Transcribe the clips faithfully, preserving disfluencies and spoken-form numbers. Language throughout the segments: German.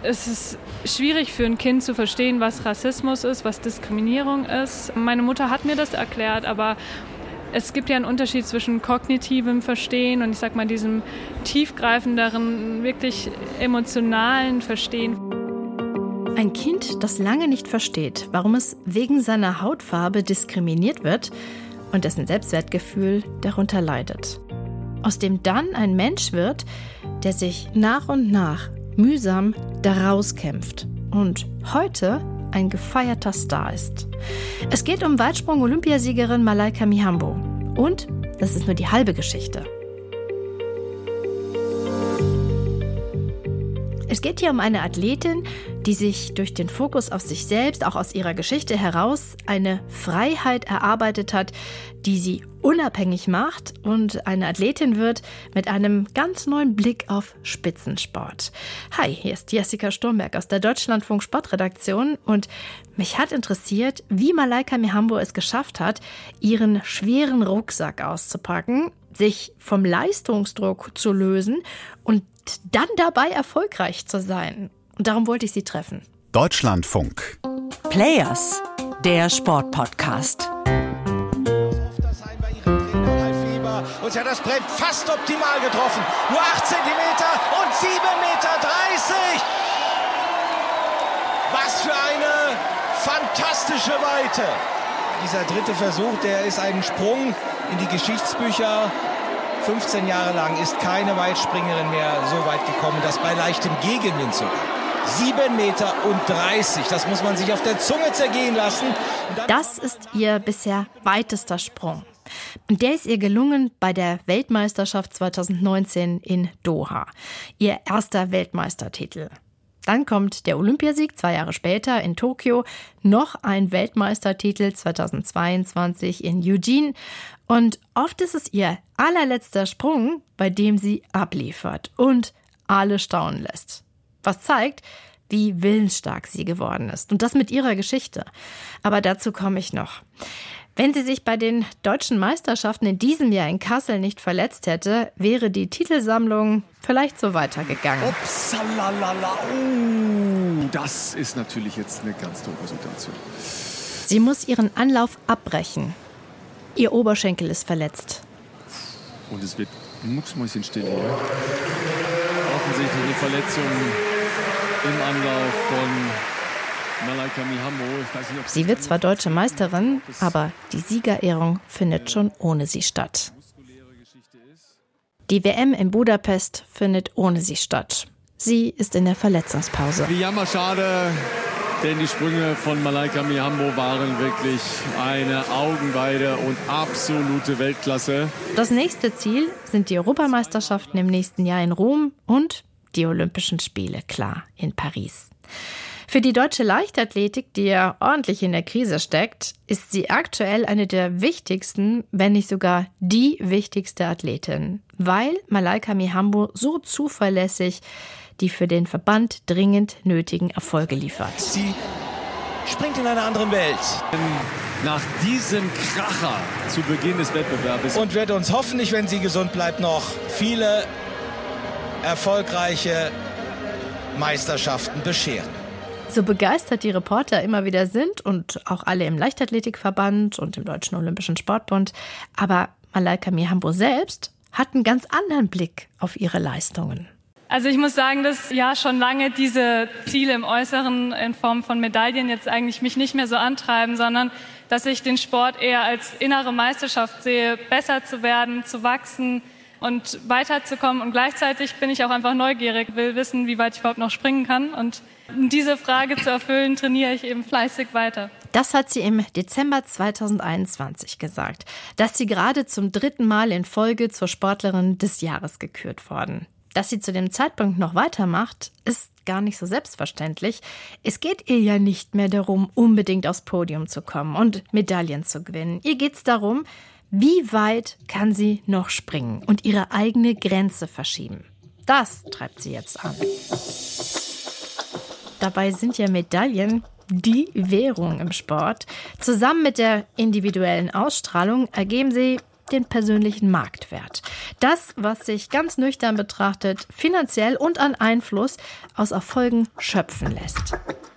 es ist schwierig für ein Kind zu verstehen, was Rassismus ist, was Diskriminierung ist. Meine Mutter hat mir das erklärt, aber es gibt ja einen Unterschied zwischen kognitivem Verstehen und ich sag mal diesem tiefgreifenderen, wirklich emotionalen Verstehen. Ein Kind, das lange nicht versteht, warum es wegen seiner Hautfarbe diskriminiert wird und dessen Selbstwertgefühl darunter leidet. Aus dem dann ein Mensch wird, der sich nach und nach mühsam daraus kämpft und heute ein gefeierter Star ist. Es geht um Weitsprung-Olympiasiegerin Malaika Mihambo. Und das ist nur die halbe Geschichte. Es geht hier um eine Athletin, die sich durch den Fokus auf sich selbst, auch aus ihrer Geschichte heraus, eine Freiheit erarbeitet hat, die sie unabhängig macht und eine Athletin wird mit einem ganz neuen Blick auf Spitzensport. Hi, hier ist Jessica Sturmberg aus der Deutschlandfunk Sportredaktion und mich hat interessiert, wie Malaika Mihambo es geschafft hat, ihren schweren Rucksack auszupacken, sich vom Leistungsdruck zu lösen und dann dabei erfolgreich zu sein. Und darum wollte ich sie treffen. Deutschlandfunk. Players, der Sportpodcast. Und sie hat das Brett fast optimal getroffen. Nur acht Zentimeter und sieben Meter dreißig. Was für eine fantastische Weite. Dieser dritte Versuch, der ist ein Sprung in die Geschichtsbücher. fünfzehn Jahre lang ist keine Weitspringerin mehr so weit gekommen, das bei leichtem Gegenwind sogar. sieben Meter dreißig, das muss man sich auf der Zunge zergehen lassen. Das ist ihr bisher weitester Sprung. Und der ist ihr gelungen bei der Weltmeisterschaft zweitausendneunzehn in Doha. Ihr erster Weltmeistertitel. Dann kommt der Olympiasieg zwei Jahre später in Tokio, noch ein Weltmeistertitel zweitausendzweiundzwanzig in Eugene. Und oft ist es ihr allerletzter Sprung, bei dem sie abliefert und alle staunen lässt. Was zeigt, wie willensstark sie geworden ist. Und das mit ihrer Geschichte. Aber dazu komme ich noch. Wenn sie sich bei den deutschen Meisterschaften in diesem Jahr in Kassel nicht verletzt hätte, wäre die Titelsammlung vielleicht so weitergegangen. Upsalalala. Oh, das ist natürlich jetzt eine ganz doofe Situation. Sie muss ihren Anlauf abbrechen. Ihr Oberschenkel ist verletzt. Und es wird mucksmäuschenstill hier. Offensichtlich eine Verletzung im Anlauf von Malaika Mihambo. Ich weiß nicht, ob sie wird zwar deutsche Meisterin, aber die Siegerehrung findet schon ohne sie statt. Die W M in Budapest findet ohne sie statt. Sie ist in der Verletzungspause. Wie jammerschade, denn die Sprünge von Malaika Mihambo waren wirklich eine Augenweide und absolute Weltklasse. Das nächste Ziel sind die Europameisterschaften im nächsten Jahr in Rom und die Olympischen Spiele, klar, in Paris. Für die deutsche Leichtathletik, die ja ordentlich in der Krise steckt, ist sie aktuell eine der wichtigsten, wenn nicht sogar die wichtigste Athletin, weil Malaika Mihambo so zuverlässig die für den Verband dringend nötigen Erfolge liefert. Sie springt in einer anderen Welt. Nach diesem Kracher zu Beginn des Wettbewerbs. Und wird uns hoffentlich, wenn sie gesund bleibt, noch viele erfolgreiche Meisterschaften bescheren. So begeistert die Reporter immer wieder sind und auch alle im Leichtathletikverband und im Deutschen Olympischen Sportbund. Aber Malaika Mihambo selbst hat einen ganz anderen Blick auf ihre Leistungen. Also ich muss sagen, dass ja schon lange diese Ziele im Äußeren in Form von Medaillen jetzt eigentlich mich nicht mehr so antreiben, sondern dass ich den Sport eher als innere Meisterschaft sehe, besser zu werden, zu wachsen und weiterzukommen. Und gleichzeitig bin ich auch einfach neugierig, will wissen, wie weit ich überhaupt noch springen kann. Und um diese Frage zu erfüllen, trainiere ich eben fleißig weiter. Das hat sie im Dezember zweitausendeinundzwanzig gesagt. Dass sie gerade zum dritten Mal in Folge zur Sportlerin des Jahres gekürt worden. Dass sie zu dem Zeitpunkt noch weitermacht, ist gar nicht so selbstverständlich. Es geht ihr ja nicht mehr darum, unbedingt aufs Podium zu kommen und Medaillen zu gewinnen. Ihr geht es darum, wie weit kann sie noch springen und ihre eigene Grenze verschieben. Das treibt sie jetzt an. Dabei sind ja Medaillen die Währung im Sport. Zusammen mit der individuellen Ausstrahlung ergeben sie den persönlichen Marktwert. Das, was sich ganz nüchtern betrachtet, finanziell und an Einfluss aus Erfolgen schöpfen lässt.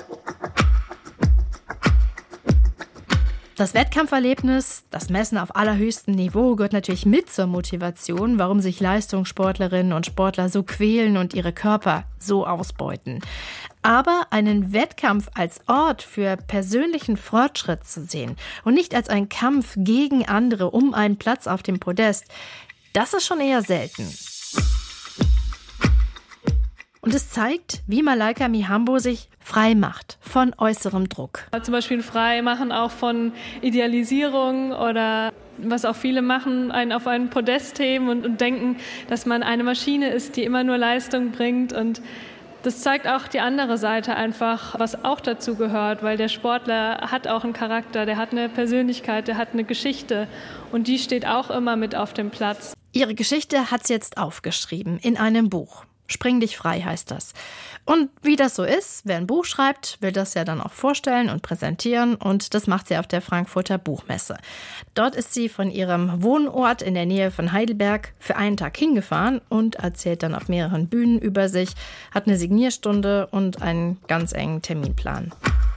Das Wettkampferlebnis, das Messen auf allerhöchstem Niveau gehört natürlich mit zur Motivation, warum sich Leistungssportlerinnen und Sportler so quälen und ihre Körper so ausbeuten. Aber einen Wettkampf als Ort für persönlichen Fortschritt zu sehen und nicht als einen Kampf gegen andere um einen Platz auf dem Podest, das ist schon eher selten. Und es zeigt, wie Malaika Mihambo sich frei macht von äußerem Druck. Zum Beispiel frei machen auch von Idealisierung oder was auch viele machen, einen auf einen Podest heben und, und denken, dass man eine Maschine ist, die immer nur Leistung bringt. Und das zeigt auch die andere Seite einfach, was auch dazu gehört, weil der Sportler hat auch einen Charakter, der hat eine Persönlichkeit, der hat eine Geschichte und die steht auch immer mit auf dem Platz. Ihre Geschichte hat sie jetzt aufgeschrieben in einem Buch. Spring dich frei heißt das. Und wie das so ist, wer ein Buch schreibt, will das ja dann auch vorstellen und präsentieren und das macht sie auf der Frankfurter Buchmesse. Dort ist sie von ihrem Wohnort in der Nähe von Heidelberg für einen Tag hingefahren und erzählt dann auf mehreren Bühnen über sich, hat eine Signierstunde und einen ganz engen Terminplan.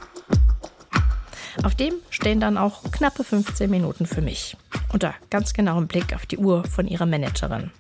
Auf dem stehen dann auch knappe fünfzehn Minuten für mich. Unter ganz genauem Blick auf die Uhr von ihrer Managerin.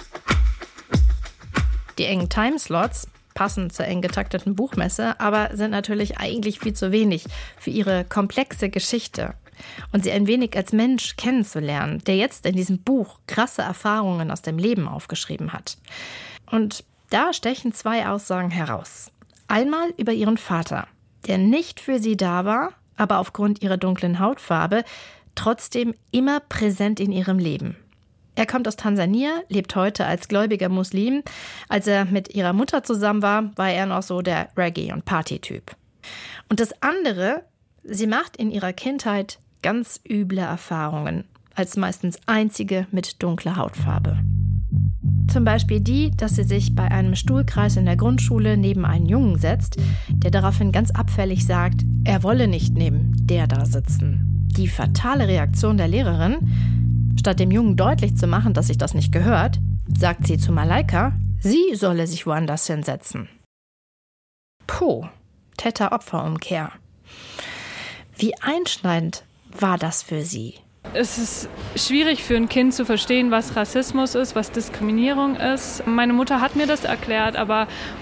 Die engen Timeslots passen zur eng getakteten Buchmesse, aber sind natürlich eigentlich viel zu wenig für ihre komplexe Geschichte. Und sie ein wenig als Mensch kennenzulernen, der jetzt in diesem Buch krasse Erfahrungen aus dem Leben aufgeschrieben hat. Und da stechen zwei Aussagen heraus. Einmal über ihren Vater, der nicht für sie da war, aber aufgrund ihrer dunklen Hautfarbe trotzdem immer präsent in ihrem Leben. Er kommt aus Tansania, lebt heute als gläubiger Muslim. Als er mit ihrer Mutter zusammen war, war er noch so der Reggae- und Party-Typ. Und das andere, sie macht in ihrer Kindheit ganz üble Erfahrungen, als meistens einzige mit dunkler Hautfarbe. Zum Beispiel die, dass sie sich bei einem Stuhlkreis in der Grundschule neben einen Jungen setzt, der daraufhin ganz abfällig sagt, er wolle nicht neben der da sitzen. Die fatale Reaktion der Lehrerin: Statt dem Jungen deutlich zu machen, dass sich das nicht gehört, sagt sie zu Malaika, sie solle sich woanders hinsetzen. Puh, Täter-Opfer-Umkehr. Wie einschneidend war das für sie? Es ist schwierig für ein Kind zu verstehen, was Rassismus ist, was Diskriminierung ist. Meine Mutter hat mir das erklärt, aber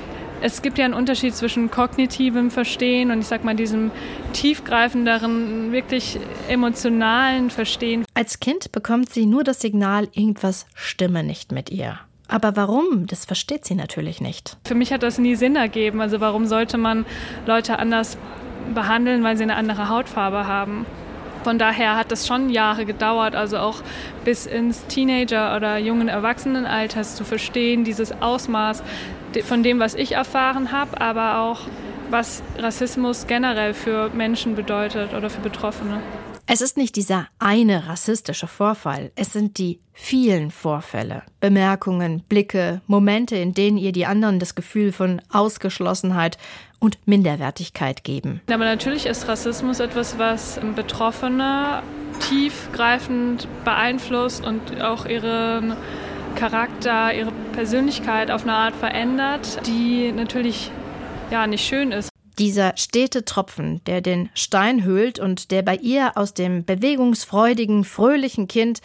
es gibt ja einen Unterschied zwischen kognitivem Verstehen und ich sag mal diesem tiefgreifenderen, wirklich emotionalen Verstehen. Als Kind bekommt sie nur das Signal, irgendwas stimme nicht mit ihr. Aber warum? Das versteht sie natürlich nicht. Für mich hat das nie Sinn ergeben. Also warum sollte man Leute anders behandeln, weil sie eine andere Hautfarbe haben? Von daher hat das schon Jahre gedauert, also auch bis ins Teenager- oder jungen Erwachsenenalter zu verstehen, dieses Ausmaß von dem, was ich erfahren habe, aber auch, was Rassismus generell für Menschen bedeutet oder für Betroffene. Es ist nicht dieser eine rassistische Vorfall, es sind die vielen Vorfälle, Bemerkungen, Blicke, Momente, in denen ihr die anderen das Gefühl von Ausgeschlossenheit und Minderwertigkeit geben. Aber natürlich ist Rassismus etwas, was Betroffene tiefgreifend beeinflusst und auch ihren Charakter, ihre Persönlichkeit auf eine Art verändert, die natürlich ja nicht schön ist. Dieser stete Tropfen, der den Stein höhlt und der bei ihr aus dem bewegungsfreudigen, fröhlichen Kind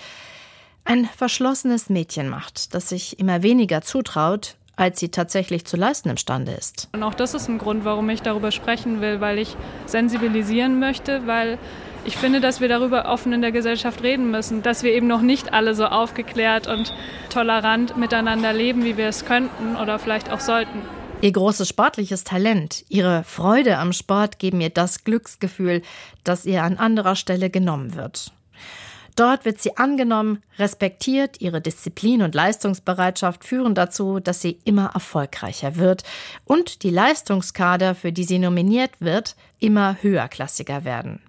ein verschlossenes Mädchen macht, das sich immer weniger zutraut, als sie tatsächlich zu leisten imstande ist. Und auch das ist ein Grund, warum ich darüber sprechen will, weil ich sensibilisieren möchte, weil ich finde, dass wir darüber offen in der Gesellschaft reden müssen, dass wir eben noch nicht alle so aufgeklärt und tolerant miteinander leben, wie wir es könnten oder vielleicht auch sollten. Ihr großes sportliches Talent, ihre Freude am Sport geben ihr das Glücksgefühl, das ihr an anderer Stelle genommen wird. Dort wird sie angenommen, respektiert, ihre Disziplin und Leistungsbereitschaft führen dazu, dass sie immer erfolgreicher wird und die Leistungskader, für die sie nominiert wird, immer höherklassiger werden.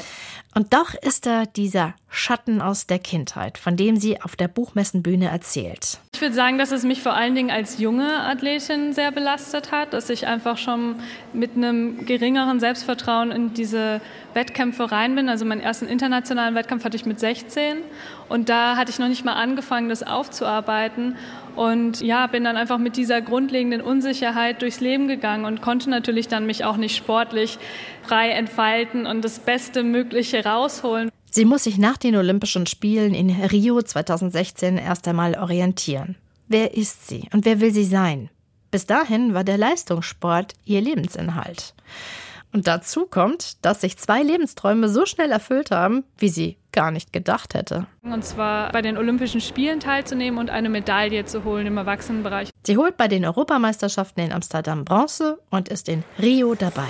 Und doch ist da dieser Schatten aus der Kindheit, von dem sie auf der Buchmessenbühne erzählt. Ich würde sagen, dass es mich vor allen Dingen als junge Athletin sehr belastet hat, dass ich einfach schon mit einem geringeren Selbstvertrauen in diese Wettkämpfe rein bin. Also meinen ersten internationalen Wettkampf hatte ich mit sechzehn und da hatte ich noch nicht mal angefangen, das aufzuarbeiten. Und ja, bin dann einfach mit dieser grundlegenden Unsicherheit durchs Leben gegangen und konnte natürlich dann mich auch nicht sportlich frei entfalten und das Beste Mögliche rausholen. Sie muss sich nach den Olympischen Spielen in Rio zweitausendsechzehn erst einmal orientieren. Wer ist sie und wer will sie sein? Bis dahin war der Leistungssport ihr Lebensinhalt. Und dazu kommt, dass sich zwei Lebensträume so schnell erfüllt haben, wie sie gar nicht gedacht hätte. Und zwar bei den Olympischen Spielen teilzunehmen und eine Medaille zu holen im Erwachsenenbereich. Sie holt bei den Europameisterschaften in Amsterdam Bronze und ist in Rio dabei.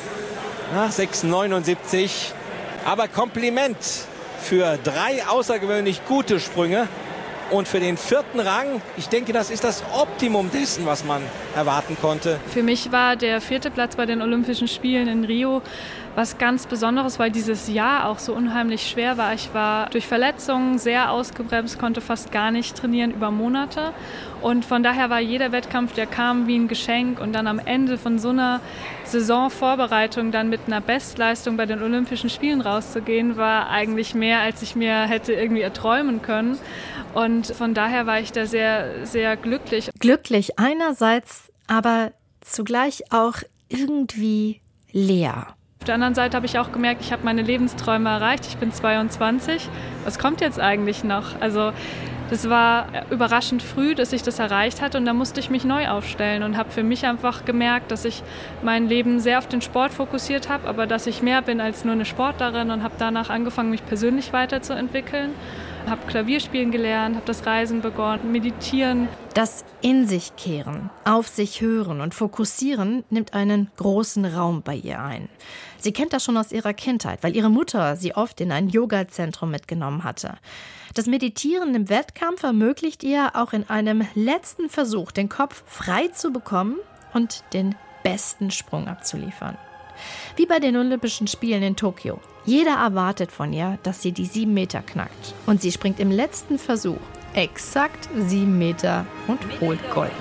Ach, sechs neunundsiebzig. Aber Kompliment für drei außergewöhnlich gute Sprünge und für den vierten Rang. Ich denke, das ist das Optimum dessen, was man erwarten konnte. Für mich war der vierte Platz bei den Olympischen Spielen in Rio was ganz Besonderes, weil dieses Jahr auch so unheimlich schwer war. Ich war durch Verletzungen sehr ausgebremst, konnte fast gar nicht trainieren über Monate. Und von daher war jeder Wettkampf, der kam wie ein Geschenk. Und dann am Ende von so einer Saisonvorbereitung dann mit einer Bestleistung bei den Olympischen Spielen rauszugehen, war eigentlich mehr, als ich mir hätte irgendwie erträumen können. Und von daher war ich da sehr, sehr glücklich. Glücklich einerseits, aber zugleich auch irgendwie leer. Auf der anderen Seite habe ich auch gemerkt, ich habe meine Lebensträume erreicht. Ich bin zweiundzwanzig. Was kommt jetzt eigentlich noch? Also das war überraschend früh, dass ich das erreicht hatte und da musste ich mich neu aufstellen und habe für mich einfach gemerkt, dass ich mein Leben sehr auf den Sport fokussiert habe, aber dass ich mehr bin als nur eine Sportlerin und habe danach angefangen, mich persönlich weiterzuentwickeln. Habe Klavierspielen gelernt, habe das Reisen begonnen, meditieren. Das in sich kehren, auf sich hören und fokussieren nimmt einen großen Raum bei ihr ein. Sie kennt das schon aus ihrer Kindheit, weil ihre Mutter sie oft in ein Yoga-Zentrum mitgenommen hatte. Das Meditieren im Wettkampf ermöglicht ihr auch in einem letzten Versuch, den Kopf frei zu bekommen und den besten Sprung abzuliefern. Wie bei den Olympischen Spielen in Tokio. Jeder erwartet von ihr, dass sie die sieben Meter knackt. Und sie springt im letzten Versuch exakt sieben Meter und holt Gold.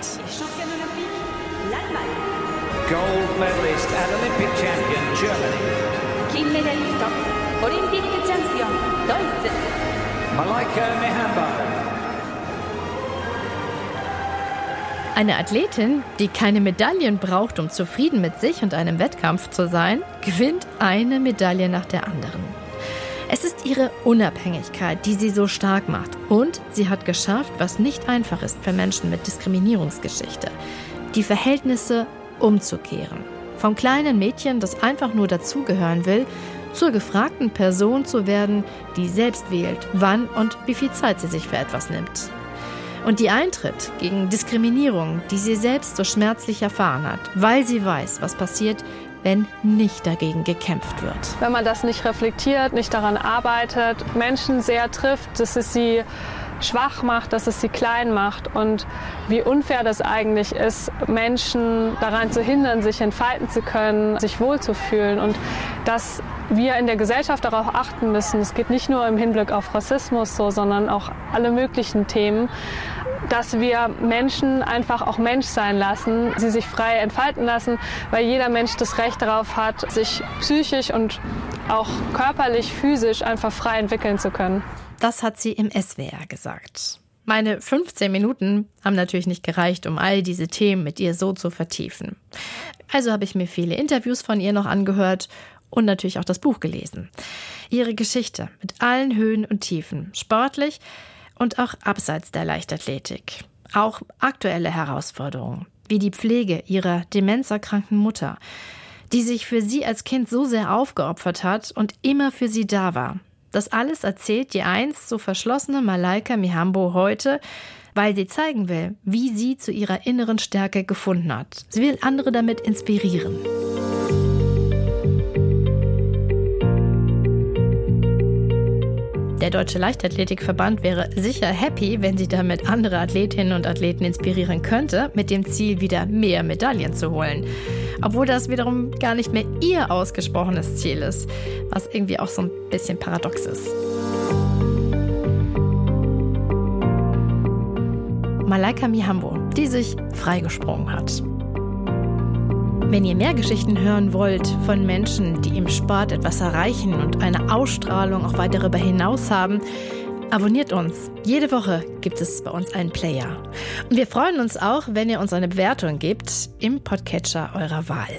Gold medalist and Olympic champion Germany.金メダリスト, Olympic champion Deutschland. Malaika Mihambo. Eine Athletin, die keine Medaillen braucht, um zufrieden mit sich und einem Wettkampf zu sein, gewinnt eine Medaille nach der anderen. Es ist ihre Unabhängigkeit, die sie so stark macht. Und sie hat geschafft, was nicht einfach ist für Menschen mit Diskriminierungsgeschichte: die Verhältnisse umzukehren. Vom kleinen Mädchen, das einfach nur dazugehören will, zur gefragten Person zu werden, die selbst wählt, wann und wie viel Zeit sie sich für etwas nimmt. Und die eintritt gegen Diskriminierung, die sie selbst so schmerzlich erfahren hat, weil sie weiß, was passiert, wenn nicht dagegen gekämpft wird. Wenn man das nicht reflektiert, nicht daran arbeitet, Menschen sehr trifft, dass es sie schwach macht, dass es sie klein macht und wie unfair das eigentlich ist, Menschen daran zu hindern, sich entfalten zu können, sich wohlzufühlen und dass wir in der Gesellschaft darauf achten müssen. Es geht nicht nur im Hinblick auf Rassismus so, sondern auch alle möglichen Themen, dass wir Menschen einfach auch Mensch sein lassen, sie sich frei entfalten lassen, weil jeder Mensch das Recht darauf hat, sich psychisch und auch körperlich, physisch einfach frei entwickeln zu können. Das hat sie im S W R gesagt. Meine fünfzehn Minuten haben natürlich nicht gereicht, um all diese Themen mit ihr so zu vertiefen. Also habe ich mir viele Interviews von ihr noch angehört und natürlich auch das Buch gelesen. Ihre Geschichte mit allen Höhen und Tiefen, sportlich und auch abseits der Leichtathletik. Auch aktuelle Herausforderungen, wie die Pflege ihrer demenzerkrankten Mutter, die sich für sie als Kind so sehr aufgeopfert hat und immer für sie da war. Das alles erzählt die einst so verschlossene Malaika Mihambo heute, weil sie zeigen will, wie sie zu ihrer inneren Stärke gefunden hat. Sie will andere damit inspirieren. Der Deutsche Leichtathletikverband wäre sicher happy, wenn sie damit andere Athletinnen und Athleten inspirieren könnte, mit dem Ziel, wieder mehr Medaillen zu holen. Obwohl das wiederum gar nicht mehr ihr ausgesprochenes Ziel ist, was irgendwie auch so ein bisschen paradox ist. Malaika Mihambo, die sich freigesprungen hat. Wenn ihr mehr Geschichten hören wollt von Menschen, die im Sport etwas erreichen und eine Ausstrahlung auch weit darüber hinaus haben, abonniert uns. Jede Woche gibt es bei uns einen Player. Und wir freuen uns auch, wenn ihr uns eine Bewertung gebt im Podcatcher eurer Wahl.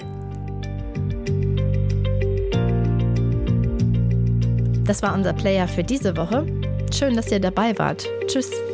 Das war unser Player für diese Woche. Schön, dass ihr dabei wart. Tschüss.